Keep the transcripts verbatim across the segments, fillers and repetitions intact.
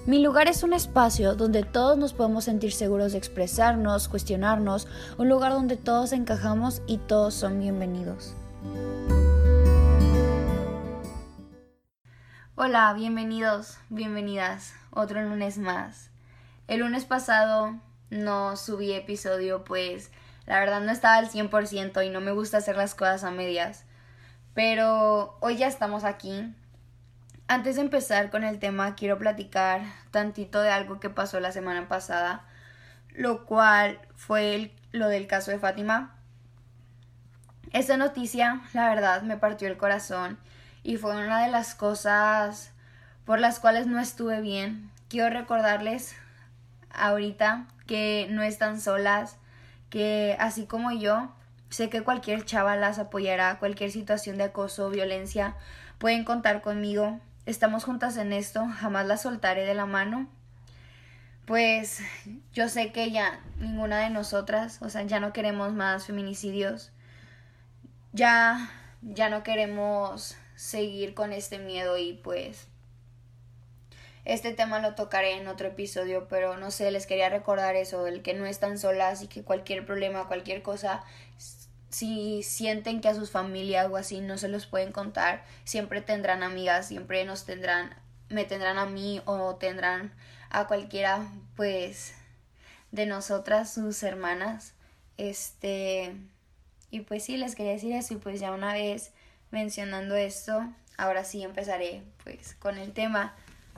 Mi lugar es un espacio donde todos nos podemos sentir seguros de expresarnos, cuestionarnos, un lugar donde todos encajamos y todos son bienvenidos. Hola, bienvenidos, bienvenidas, otro lunes más. El lunes pasado no subí episodio, pues la verdad no estaba al cien por ciento y no me gusta hacer las cosas a medias. Pero hoy ya estamos aquí. Antes de empezar con el tema, quiero platicar tantito de algo que pasó la semana pasada, lo cual fue el, lo del caso de Fátima. Esta noticia, la verdad, me partió el corazón y fue una de las cosas por las cuales no estuve bien. Quiero recordarles ahorita que no están solas, que así como yo, sé que cualquier chava las apoyará, cualquier situación de acoso o violencia, pueden contar conmigo. Estamos juntas en esto, jamás las soltaré de la mano. Pues yo sé que ya ninguna de nosotras, o sea, ya no queremos más feminicidios. Ya, ya no queremos seguir con este miedo y pues este tema lo tocaré en otro episodio, pero no sé, les quería recordar eso, el que no están solas y que cualquier problema, cualquier cosa, si sienten que a sus familias o así no se los pueden contar, siempre tendrán amigas, siempre nos tendrán, me tendrán a mí o tendrán a cualquiera, pues, de nosotras, sus hermanas. Este, y pues sí, les quería decir eso y pues ya una vez mencionando esto, ahora sí empezaré pues con el tema.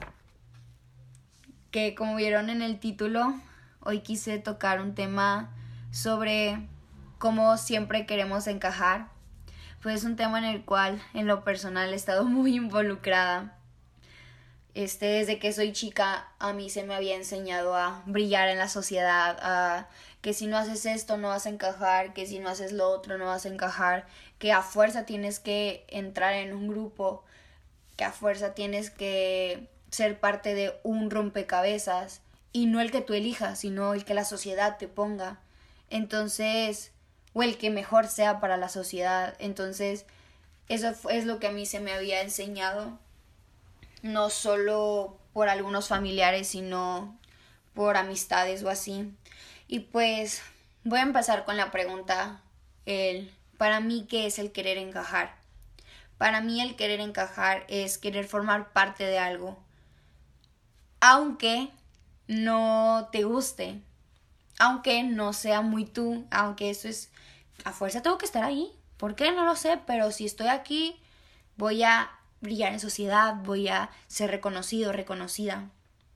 Que como vieron en el título, hoy quise tocar un tema sobre cómo siempre queremos encajar. Pues es un tema en el cual en lo personal he estado muy involucrada. Este, desde que soy chica a mí se me había enseñado a brillar en la sociedad, a que si no haces esto no vas a encajar, que si no haces lo otro no vas a encajar, que a fuerza tienes que entrar en un grupo, que a fuerza tienes que ser parte de un rompecabezas y no el que tú elijas, sino el que la sociedad te ponga. Entonces, o el que mejor sea para la sociedad. Entonces, eso es lo que a mí se me había enseñado, no solo por algunos familiares, sino por amistades o así. Y pues, voy a empezar con la pregunta, el, para mí, ¿qué es el querer encajar? Para mí el querer encajar es querer formar parte de algo, aunque no te guste, aunque no sea muy tú, aunque eso es, a fuerza tengo que estar ahí, ¿por qué? No lo sé, pero si estoy aquí voy a brillar en sociedad, voy a ser reconocido, reconocida.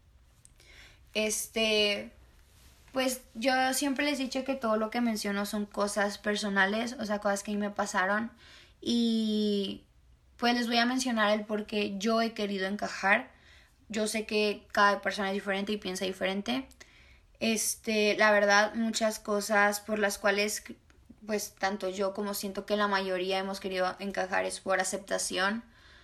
Este, pues yo siempre les he dicho que todo lo que menciono son cosas personales, o sea, cosas que a mí me pasaron y pues les voy a mencionar el por qué yo he querido encajar. Yo sé que cada persona es diferente y piensa diferente. Este, la verdad, muchas cosas por las cuales, pues, tanto yo como siento que la mayoría hemos querido encajar es por aceptación.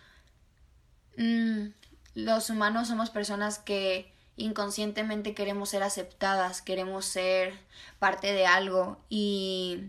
Mm, los humanos somos personas que inconscientemente queremos ser aceptadas, queremos ser parte de algo y...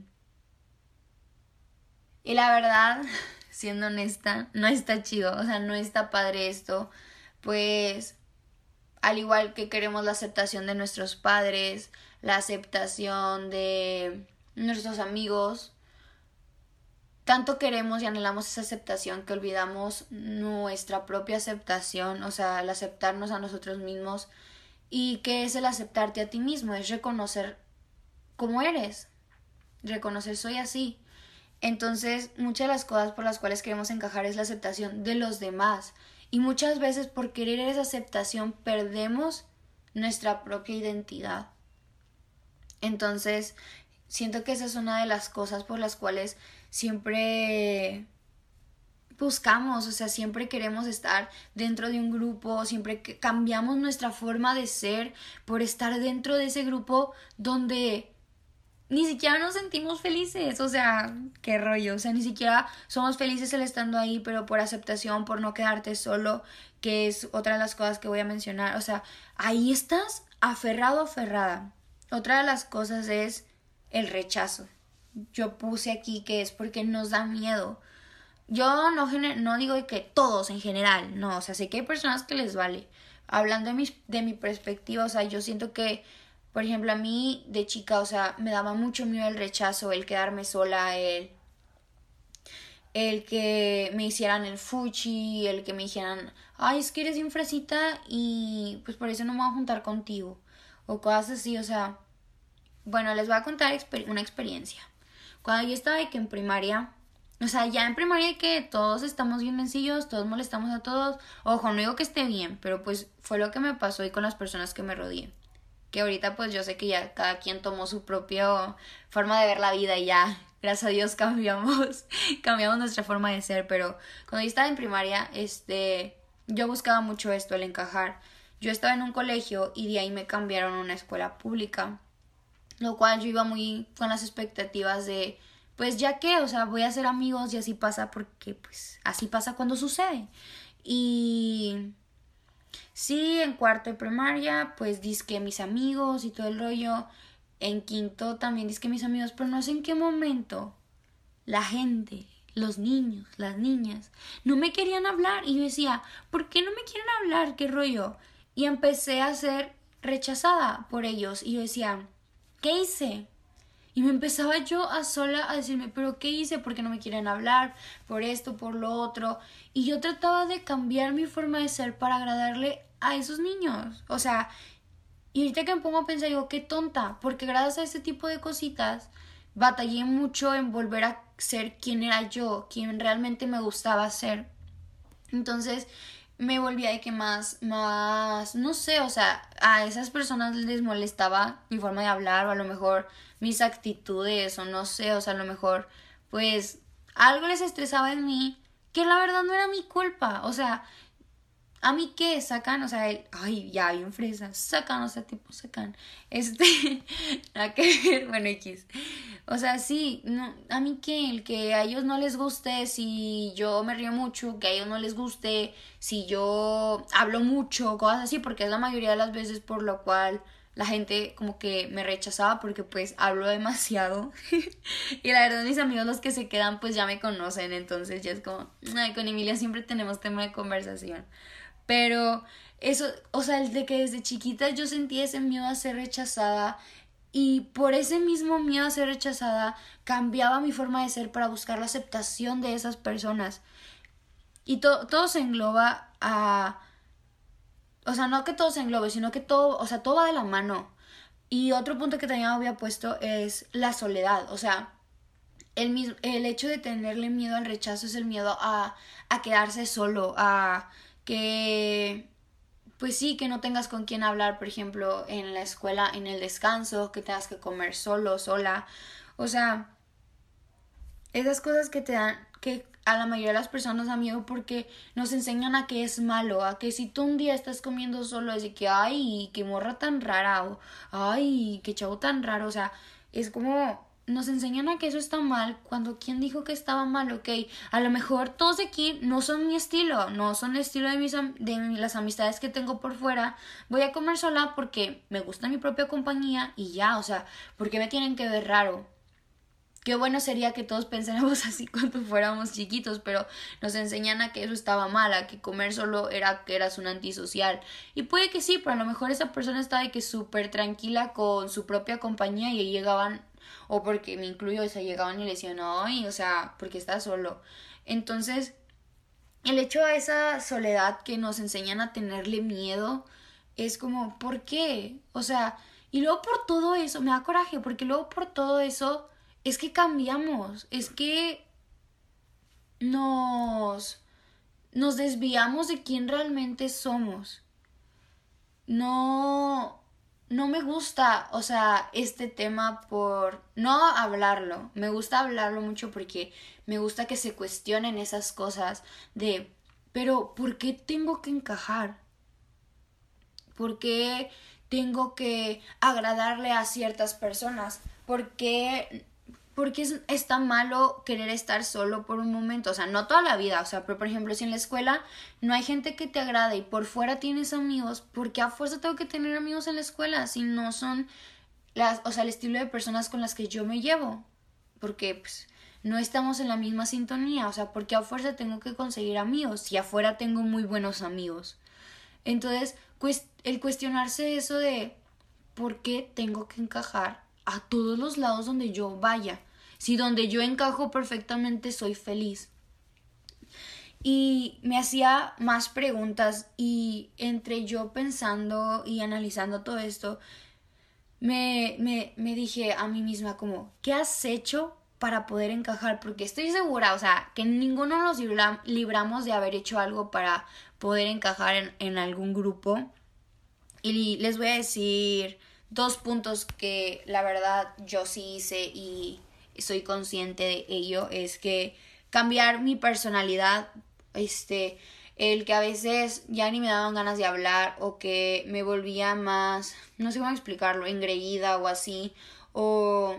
Y la verdad, siendo honesta, no está chido, o sea, no está padre esto. Pues al igual que queremos la aceptación de nuestros padres, la aceptación de nuestros amigos, tanto queremos y anhelamos esa aceptación que olvidamos nuestra propia aceptación, o sea, el aceptarnos a nosotros mismos. ¿Y qué es el aceptarte a ti mismo? Es reconocer cómo eres, reconocer soy así. Entonces, muchas de las cosas por las cuales queremos encajar es la aceptación de los demás. Y muchas veces por querer esa aceptación perdemos nuestra propia identidad. Entonces, siento que esa es una de las cosas por las cuales siempre buscamos, o sea, siempre queremos estar dentro de un grupo, siempre que cambiamos nuestra forma de ser por estar dentro de ese grupo donde ni siquiera nos sentimos felices, o sea, qué rollo, o sea, ni siquiera somos felices el estando ahí, pero por aceptación, por no quedarte solo, que es otra de las cosas que voy a mencionar, o sea, ahí estás aferrado, aferrada. Otra de las cosas es el rechazo. Yo puse aquí que es porque nos da miedo. Yo no, gener- no digo que todos en general, no, o sea, sé que hay personas que les vale, hablando de mi, de mi perspectiva, o sea, yo siento que, por ejemplo, a mí de chica, o sea, me daba mucho miedo el rechazo, el quedarme sola, el, el que me hicieran el fuchi, el que me dijeran, ay, es que eres bien fresita y pues por eso no me voy a juntar contigo, o cosas así, o sea, bueno, les voy a contar exper- una experiencia. Cuando yo estaba de que en primaria, o sea, ya en primaria que todos estamos bien sencillos, todos molestamos a todos. Ojo, no digo que esté bien, pero pues fue lo que me pasó y con las personas que me rodeé. Que ahorita pues yo sé que ya cada quien tomó su propia forma de ver la vida y ya, gracias a Dios cambiamos, cambiamos nuestra forma de ser. Pero cuando yo estaba en primaria, este, yo buscaba mucho esto, el encajar. Yo estaba en un colegio y de ahí me cambiaron a una escuela pública, lo cual yo iba muy con las expectativas de, pues ya que, o sea, voy a hacer amigos y así pasa porque, pues, así pasa cuando sucede. Y sí, en cuarto de primaria, pues disque mis amigos y todo el rollo. En quinto también disque mis amigos, pero no sé en qué momento la gente, los niños, las niñas, no me querían hablar. Y yo decía, ¿por qué no me quieren hablar? ¿Qué rollo? Y empecé a ser rechazada por ellos. Y yo decía, ¿qué hice? Y me empezaba yo a sola a decirme, ¿pero qué hice? ¿Por qué no me quieren hablar? Por esto, por lo otro. Y yo trataba de cambiar mi forma de ser para agradarle a esos niños. O sea, y ahorita que me pongo a pensar, digo, qué tonta. Porque gracias a ese tipo de cositas, batallé mucho en volver a ser quien era yo, quien realmente me gustaba ser. Entonces me volvía de que más, más, no sé, o sea, a esas personas les molestaba mi forma de hablar o a lo mejor mis actitudes o no sé, o sea, a lo mejor pues algo les estresaba en mí que la verdad no era mi culpa, o sea, a mí qué sacan, o sea, el, ay, ya bien fresa, sacan, o sea, tipo sacan, este, nada que ver, bueno, X. O sea, sí, no, a mí que el que a ellos no les guste si yo me río mucho, que a ellos no les guste si yo hablo mucho, cosas así, porque es la mayoría de las veces por lo cual la gente como que me rechazaba porque pues hablo demasiado. Y la verdad mis amigos los que se quedan pues ya me conocen, entonces ya es como, ay, con Emilia siempre tenemos tema de conversación. Pero eso, o sea, el de que desde chiquita yo sentía ese miedo a ser rechazada y por ese mismo miedo a ser rechazada cambiaba mi forma de ser para buscar la aceptación de esas personas. Y to- todo se engloba a... O sea, no que todo se englobe, sino que todo, o sea, todo va de la mano. Y otro punto que también había puesto es la soledad. O sea, el, mis- el hecho de tenerle miedo al rechazo es el miedo a, a quedarse solo, a que pues sí, que no tengas con quién hablar, por ejemplo, en la escuela, en el descanso, que tengas que comer solo, sola. O sea, esas cosas que te dan, que a la mayoría de las personas nos da miedo porque nos enseñan a que es malo, a que si tú un día estás comiendo solo es de que, ay, qué morra tan rara, o ay, qué chavo tan raro, o sea, es como nos enseñan a que eso está mal cuando quién dijo que estaba mal, ok, a lo mejor todos de aquí no son mi estilo, no son el estilo de, mis, am- de las amistades que tengo por fuera, voy a comer sola porque me gusta mi propia compañía y ya, o sea, ¿por qué me tienen que ver raro? Qué bueno sería que todos pensáramos así cuando fuéramos chiquitos, pero nos enseñan a que eso estaba mal, a que comer solo era que eras un antisocial. Y puede que sí, pero a lo mejor esa persona estaba de que súper tranquila con su propia compañía y llegaban, o porque me incluyo, o sea, llegaban y le decían, ay, o sea, porque estás solo. Entonces, el hecho de esa soledad que nos enseñan a tenerle miedo es como, ¿por qué? O sea, y luego por todo eso, me da coraje, porque luego por todo eso es que cambiamos, es que nos, nos desviamos de quién realmente somos. No, no me gusta, o sea, este tema por no hablarlo. Me gusta hablarlo mucho porque me gusta que se cuestionen esas cosas de, pero ¿por qué tengo que encajar? ¿Por qué tengo que agradarle a ciertas personas? ¿Por qué, porque es, está malo querer estar solo por un momento? O sea, no toda la vida. O sea, pero por ejemplo, si en la escuela no hay gente que te agrade y por fuera tienes amigos, ¿por qué a fuerza tengo que tener amigos en la escuela si no son las, o sea, el estilo de personas con las que yo me llevo? Porque pues no estamos en la misma sintonía. O sea, ¿por qué a fuerza tengo que conseguir amigos si afuera tengo muy buenos amigos? Entonces, cuest- el cuestionarse eso de por qué tengo que encajar a todos los lados donde yo vaya, si donde yo encajo perfectamente soy feliz. Y me hacía más preguntas y entre yo pensando y analizando todo esto, me, me, me dije a mí misma como, ¿qué has hecho para poder encajar? Porque estoy segura, o sea, que ninguno nos libra- libramos de haber hecho algo para poder encajar en, en algún grupo. Y les voy a decir dos puntos que la verdad yo sí hice y soy consciente de ello. Es que cambiar mi personalidad, este, el que a veces ya ni me daban ganas de hablar o que me volvía más, no sé cómo explicarlo, engreída o así, o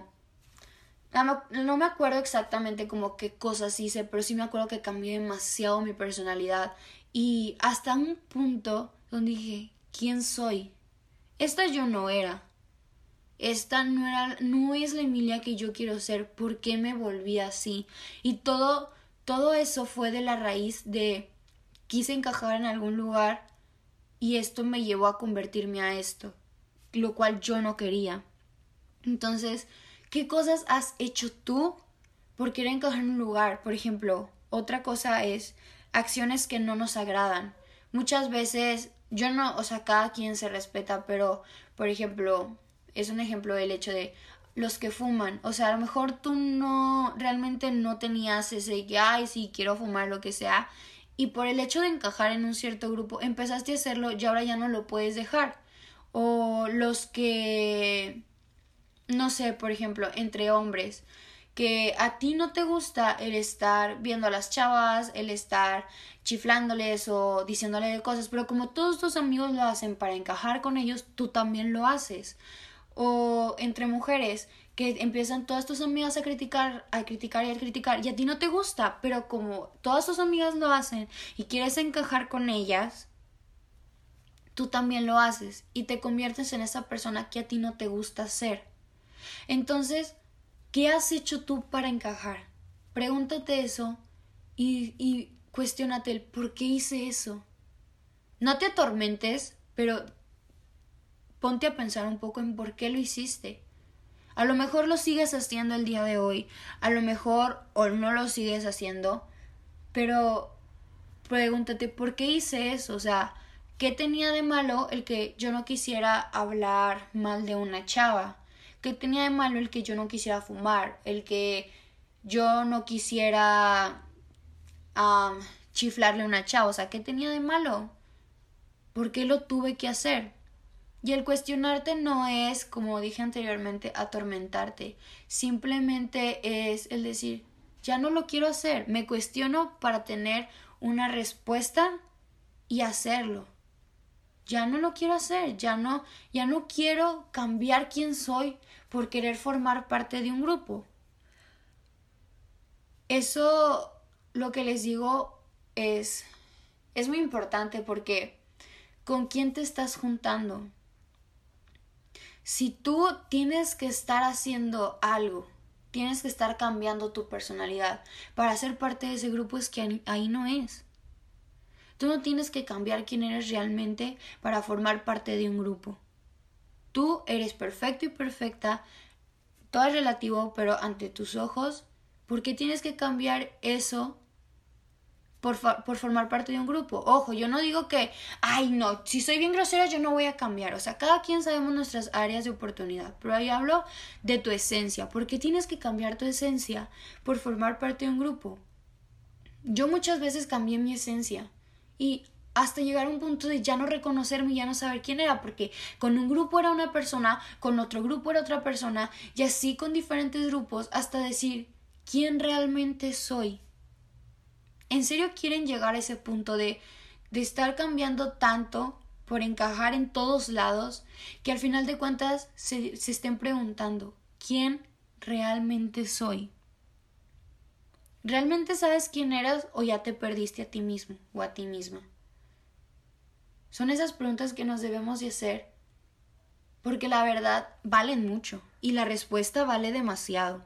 no me acuerdo exactamente como qué cosas hice, pero sí me acuerdo que cambié demasiado mi personalidad y hasta un punto donde dije, ¿quién soy? Esta yo no era. Esta no era, no es la Emilia que yo quiero ser. ¿Por qué me volví así? Y todo, todo eso fue de la raíz de quise encajar en algún lugar y esto me llevó a convertirme a esto, lo cual yo no quería. Entonces, ¿qué cosas has hecho tú por querer encajar en un lugar? Por ejemplo, otra cosa es acciones que no nos agradan. Muchas veces, yo no, o sea, cada quien se respeta, pero, por ejemplo, es un ejemplo del hecho de los que fuman. O sea, a lo mejor tú no, realmente no tenías ese que, ay, sí, quiero fumar, lo que sea. Y por el hecho de encajar en un cierto grupo, empezaste a hacerlo y ahora ya no lo puedes dejar. O los que no sé, por ejemplo, entre hombres, que a ti no te gusta el estar viendo a las chavas, el estar chiflándoles o diciéndole de cosas, pero como todos tus amigos lo hacen para encajar con ellos, tú también lo haces. O entre mujeres, que empiezan todas tus amigas a criticar, a criticar y a criticar, y a ti no te gusta, pero como todas tus amigas lo hacen y quieres encajar con ellas, tú también lo haces y te conviertes en esa persona que a ti no te gusta ser. Entonces, ¿qué has hecho tú para encajar? Pregúntate eso y, y cuestiónate el por qué hice eso. No te atormentes, pero ponte a pensar un poco en por qué lo hiciste. A lo mejor lo sigues haciendo el día de hoy, a lo mejor o no lo sigues haciendo, pero pregúntate por qué hice eso, o sea, ¿qué tenía de malo el que yo no quisiera hablar mal de una chava? ¿Qué tenía de malo el que yo no quisiera fumar? El que yo no quisiera um, chiflarle a una chava, o sea, ¿qué tenía de malo? ¿Por qué lo tuve que hacer? Y el cuestionarte no es, como dije anteriormente, atormentarte. Simplemente es el decir, ya no lo quiero hacer. Me cuestiono para tener una respuesta y hacerlo. Ya no lo quiero hacer, ya no, ya no quiero cambiar quién soy por querer formar parte de un grupo. Eso, lo que les digo, es, es muy importante porque ¿con quién te estás juntando? Si tú tienes que estar haciendo algo, tienes que estar cambiando tu personalidad para ser parte de ese grupo, es que ahí no es. Tú no tienes que cambiar quién eres realmente para formar parte de un grupo. Tú eres perfecto y perfecta, todo es relativo, pero ante tus ojos, ¿por qué tienes que cambiar eso por, por formar parte de un grupo? Ojo, yo no digo que, ay no, si soy bien grosera yo no voy a cambiar. O sea, cada quien sabemos nuestras áreas de oportunidad, pero ahí hablo de tu esencia. ¿Por qué tienes que cambiar tu esencia por formar parte de un grupo? Yo muchas veces cambié mi esencia y hasta llegar a un punto de ya no reconocerme y ya no saber quién era, porque con un grupo era una persona, con otro grupo era otra persona, y así con diferentes grupos hasta decir quién realmente soy. ¿En serio quieren llegar a ese punto de, de estar cambiando tanto por encajar en todos lados que al final de cuentas se, se estén preguntando quién realmente soy? ¿Realmente sabes quién eras o ya te perdiste a ti mismo o a ti misma? Son esas preguntas que nos debemos de hacer porque la verdad valen mucho y la respuesta vale demasiado.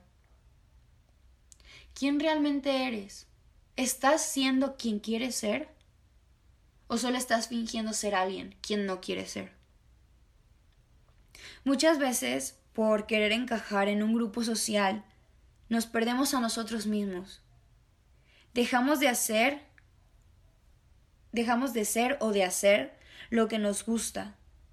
¿Quién realmente eres? ¿Estás siendo quien quieres ser? ¿O solo estás fingiendo ser alguien quien no quieres ser? Muchas veces, por querer encajar en un grupo social, nos perdemos a nosotros mismos. Dejamos de hacer, dejamos de ser o de hacer lo que nos gusta.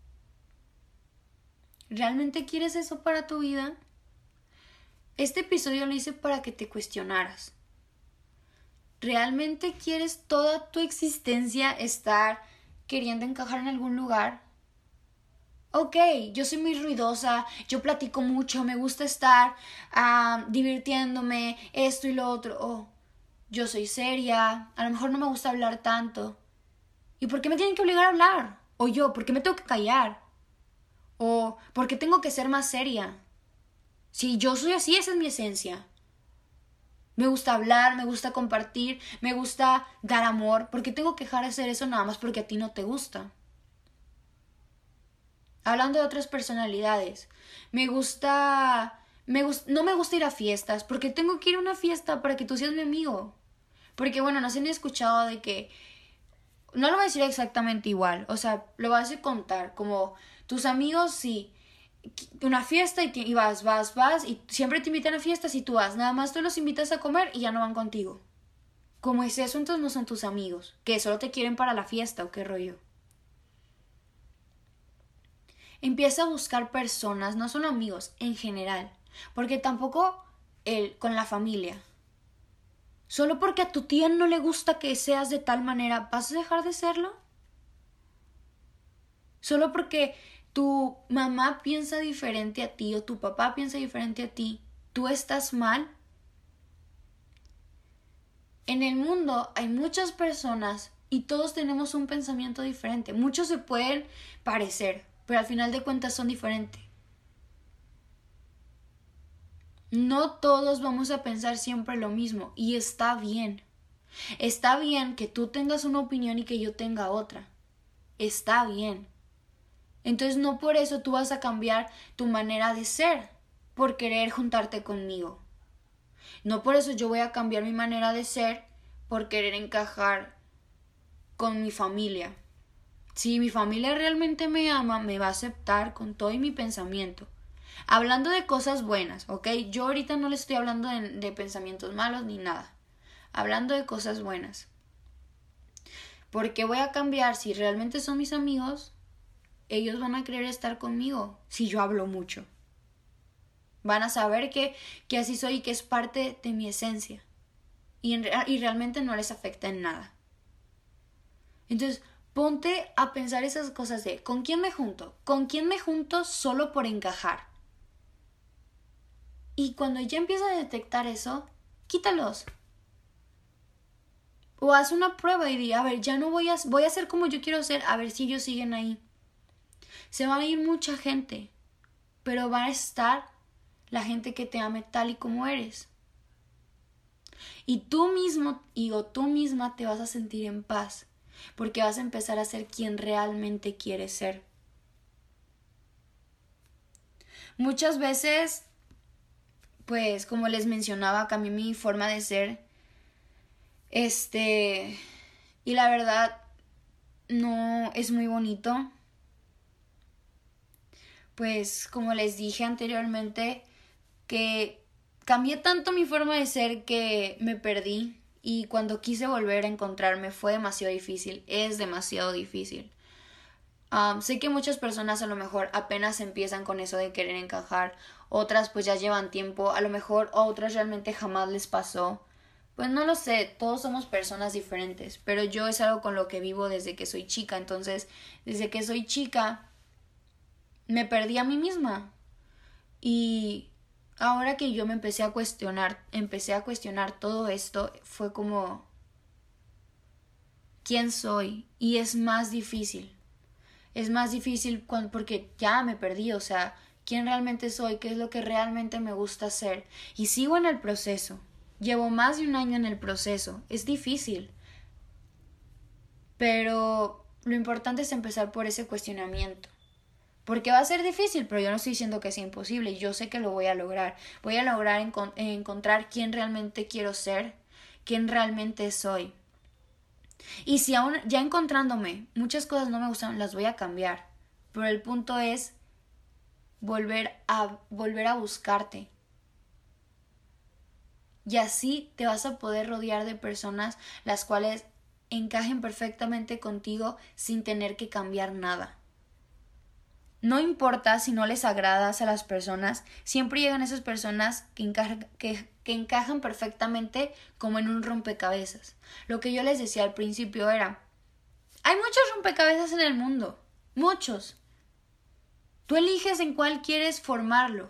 ¿Realmente quieres eso para tu vida? Este episodio lo hice para que te cuestionaras. ¿Realmente quieres toda tu existencia estar queriendo encajar en algún lugar? Ok, yo soy muy ruidosa, yo platico mucho, me gusta estar uh, divirtiéndome, esto y lo otro. Oh, yo soy seria, a lo mejor no me gusta hablar tanto. ¿Y por qué me tienen que obligar a hablar? O yo, ¿por qué me tengo que callar? O ¿por qué tengo que ser más seria? Si yo soy así, esa es mi esencia. Me gusta hablar, me gusta compartir, me gusta dar amor. ¿Por qué tengo que dejar de hacer eso nada más porque a ti no te gusta? Hablando de otras personalidades, me gusta, me gust, no me gusta ir a fiestas. ¿Por qué tengo que ir a una fiesta para que tú seas mi amigo? Porque bueno, no se han escuchado de que, no lo voy a decir exactamente igual, o sea, lo vas a contar como tus amigos, sí, una fiesta y, te, y vas, vas, vas y siempre te invitan a fiestas y tú vas, nada más tú los invitas a comer y ya no van contigo. ¿Cómo es eso? Entonces no son tus amigos, que solo te quieren para la fiesta o qué rollo. Empieza a buscar personas, no solo amigos, en general, porque tampoco el, con la familia. Solo porque a tu tía no le gusta que seas de tal manera, ¿vas a dejar de serlo? Solo porque tu mamá piensa diferente a ti o tu papá piensa diferente a ti, ¿tú estás mal? En el mundo hay muchas personas y todos tenemos un pensamiento diferente. Muchos se pueden parecer, pero al final de cuentas son diferentes. No todos vamos a pensar siempre lo mismo y está bien. Está bien que tú tengas una opinión y que yo tenga otra. Está bien. Entonces no por eso tú vas a cambiar tu manera de ser por querer juntarte conmigo. No por eso yo voy a cambiar mi manera de ser por querer encajar con mi familia. Si mi familia realmente me ama, me va a aceptar con todo y mi pensamiento. Hablando de cosas buenas, ¿ok? Yo ahorita no les estoy hablando de, de pensamientos malos ni nada. Hablando de cosas buenas. ¿Por qué voy a cambiar si realmente son mis amigos? Ellos van a querer estar conmigo si yo hablo mucho. Van a saber que, que así soy y que es parte de mi esencia. Y, en, y realmente no les afecta en nada. Entonces, ponte a pensar esas cosas de ¿con quién me junto? ¿Con quién me junto solo por encajar? Y cuando ya empiezas a detectar eso, quítalos. O haz una prueba y di, a ver, ya no voy a, voy a hacer como yo quiero ser, a ver si ellos siguen ahí. Se va a ir mucha gente, pero va a estar la gente que te ame tal y como eres. Y tú mismo y o tú misma te vas a sentir en paz, porque vas a empezar a ser quien realmente quieres ser. Muchas veces, pues como les mencionaba, cambié mi forma de ser. Este, y la verdad, no es muy bonito. Pues como les dije anteriormente, que cambié tanto mi forma de ser que me perdí y cuando quise volver a encontrarme fue demasiado difícil, es demasiado difícil. Um, sé que muchas personas a lo mejor apenas empiezan con eso de querer encajar, otras pues ya llevan tiempo, a lo mejor a otras realmente jamás les pasó. Pues no lo sé, todos somos personas diferentes, pero yo es algo con lo que vivo desde que soy chica, entonces desde que soy chica me perdí a mí misma. Y ahora que yo me empecé a cuestionar, empecé a cuestionar todo esto, fue como ¿quién soy? Y es más difícil. Es más difícil cuando, porque ya me perdí, o sea, ¿quién realmente soy? ¿Qué es lo que realmente me gusta hacer? Y sigo en el proceso. Llevo más de un año en el proceso. Es difícil. Pero lo importante es empezar por ese cuestionamiento. Porque va a ser difícil, pero yo no estoy diciendo que sea imposible. Yo sé que lo voy a lograr. Voy a lograr encont- encontrar quién realmente quiero ser, quién realmente soy. Y si aún ya encontrándome muchas cosas no me gustan, las voy a cambiar. Pero el punto es volver a, volver a buscarte. Y así te vas a poder rodear de personas las cuales encajen perfectamente contigo sin tener que cambiar nada. No importa si no les agradas a las personas, siempre llegan esas personas que, enca- que, que encajan perfectamente como en un rompecabezas. Lo que yo les decía al principio era, hay muchos rompecabezas en el mundo, muchos. Tú eliges en cuál quieres formarlo.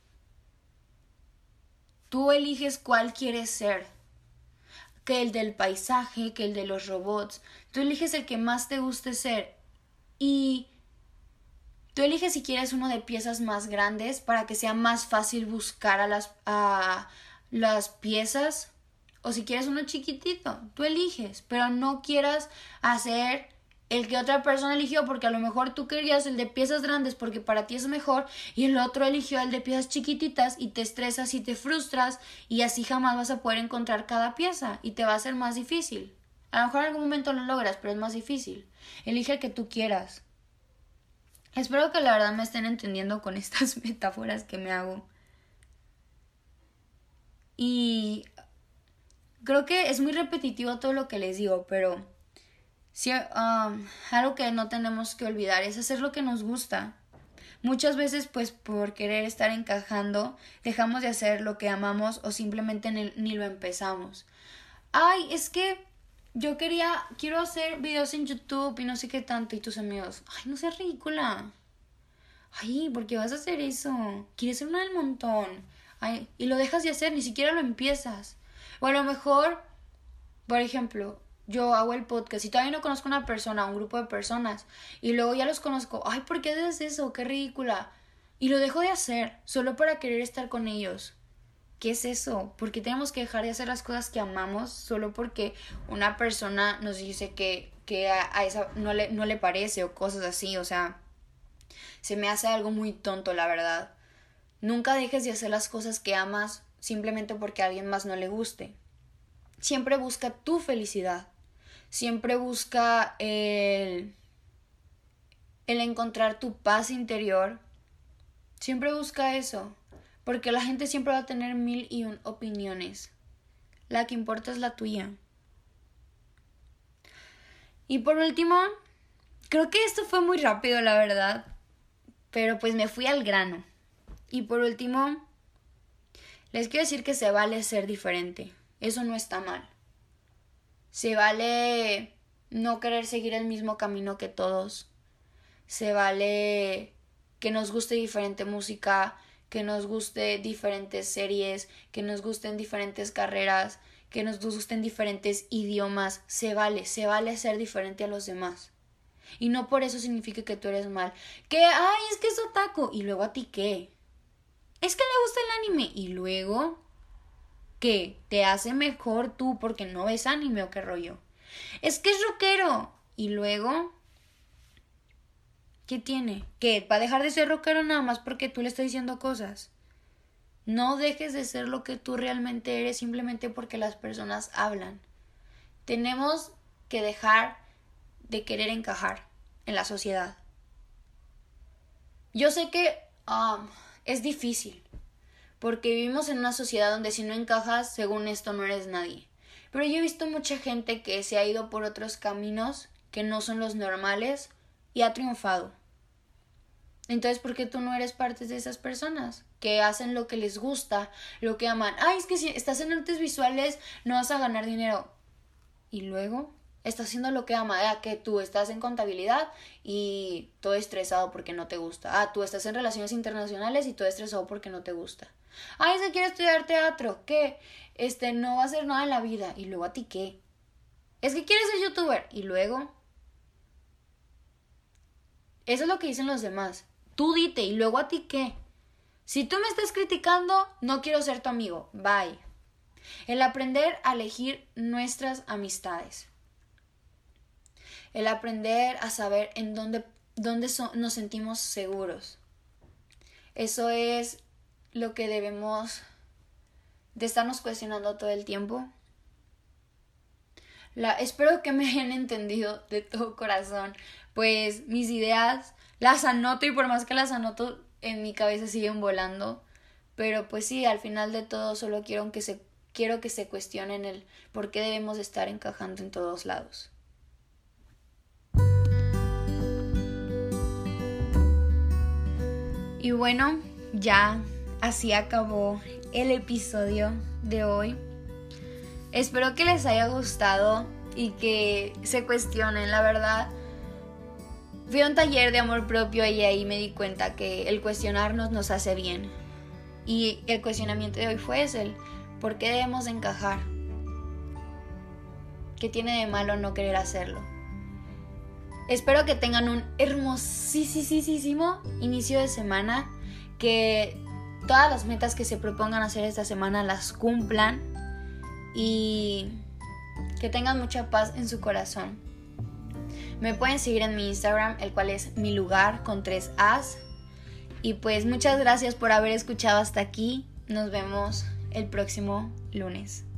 Tú eliges cuál quieres ser. Que el del paisaje, que el de los robots. Tú eliges el que más te guste ser. Y tú eliges si quieres uno de piezas más grandes para que sea más fácil buscar a las, a las piezas. O si quieres uno chiquitito, tú eliges. Pero no quieras hacer el que otra persona eligió porque a lo mejor tú querías el de piezas grandes porque para ti es mejor y el otro eligió el de piezas chiquititas y te estresas y te frustras y así jamás vas a poder encontrar cada pieza y te va a ser más difícil. A lo mejor en algún momento lo logras, pero es más difícil. Elige el que tú quieras. Espero que la verdad me estén entendiendo con estas metáforas que me hago. Y creo que es muy repetitivo todo lo que les digo, pero sí, um, algo que no tenemos que olvidar es hacer lo que nos gusta. Muchas veces, pues, por querer estar encajando, dejamos de hacer lo que amamos o simplemente ni, ni lo empezamos. Ay, es que yo quería, quiero hacer videos en YouTube y no sé qué tanto, y tus amigos, ay, no seas ridícula. Ay, ¿por qué vas a hacer eso? Quieres ser una del montón. Ay, y lo dejas de hacer, ni siquiera lo empiezas. O a lo mejor, por ejemplo, yo hago el podcast y todavía no conozco a una persona, un grupo de personas, y luego ya los conozco. Ay, ¿por qué haces eso? Qué ridícula. Y lo dejo de hacer, solo para querer estar con ellos. ¿Qué es eso? ¿Por qué tenemos que dejar de hacer las cosas que amamos solo porque una persona nos dice que, que a, a esa no le, no le parece o cosas así? O sea, se me hace algo muy tonto, la verdad. Nunca dejes de hacer las cosas que amas simplemente porque a alguien más no le guste. Siempre busca tu felicidad. Siempre busca el, el encontrar tu paz interior. Siempre busca eso. Porque la gente siempre va a tener mil y un opiniones. La que importa es la tuya. Y por último, creo que esto fue muy rápido, la verdad. Pero pues me fui al grano. Y por último, les quiero decir que se vale ser diferente. Eso no está mal. Se vale no querer seguir el mismo camino que todos. Se vale que nos guste diferente música, que nos guste diferentes series, que nos gusten diferentes carreras, que nos gusten diferentes idiomas. Se vale, se vale ser diferente a los demás. Y no por eso significa que tú eres mal. Que, ay, es que es otaku. ¿Y luego a ti qué? Es que le gusta el anime. ¿Y luego qué? ¿Te hace mejor tú porque no ves anime o qué rollo? Es que es rockero. ¿Y luego qué tiene? ¿Qué? ¿Va a dejar de ser rockero nada más porque tú le estás diciendo cosas? No dejes de ser lo que tú realmente eres simplemente porque las personas hablan. Tenemos que dejar de querer encajar en la sociedad. Yo sé que um, es difícil, porque vivimos en una sociedad donde si no encajas, según esto no eres nadie. Pero yo he visto mucha gente que se ha ido por otros caminos que no son los normales y ha triunfado. Entonces, ¿por qué tú no eres parte de esas personas que hacen lo que les gusta, lo que aman? Ay, es que si estás en artes visuales no vas a ganar dinero. Y luego estás haciendo lo que ama. Ah, que tú estás en contabilidad y todo estresado porque no te gusta. Ah, tú estás en relaciones internacionales y todo estresado porque no te gusta. Ay, se quiere estudiar teatro. ¿Qué? Este, no va a hacer nada en la vida. ¿Y luego a ti qué? Es que quieres ser youtuber. ¿Y luego? Eso es lo que dicen los demás. Tú dite, ¿y luego a ti qué? Si tú me estás criticando, no quiero ser tu amigo. Bye. El aprender a elegir nuestras amistades. El aprender a saber en dónde, dónde so, nos sentimos seguros. Eso es lo que debemos de estarnos cuestionando todo el tiempo. La, espero que me hayan entendido de todo corazón, pues mis ideas las anoto y por más que las anoto en mi cabeza siguen volando, pero pues sí, al final de todo solo quiero que se, quiero que se cuestionen el por qué debemos estar encajando en todos lados. Y bueno, ya así acabó el episodio de hoy. Espero que les haya gustado y que se cuestionen, la verdad. Fui a un taller de amor propio y ahí me di cuenta que el cuestionarnos nos hace bien. Y el cuestionamiento de hoy fue ese, el ¿por qué debemos encajar? ¿Qué tiene de malo no querer hacerlo? Espero que tengan un hermosísimo inicio de semana, que todas las metas que se propongan hacer esta semana las cumplan y que tengan mucha paz en su corazón. Me pueden seguir en mi Instagram, el cual es mi lugar con tres A's. Y pues muchas gracias por haber escuchado hasta aquí. Nos vemos el próximo lunes.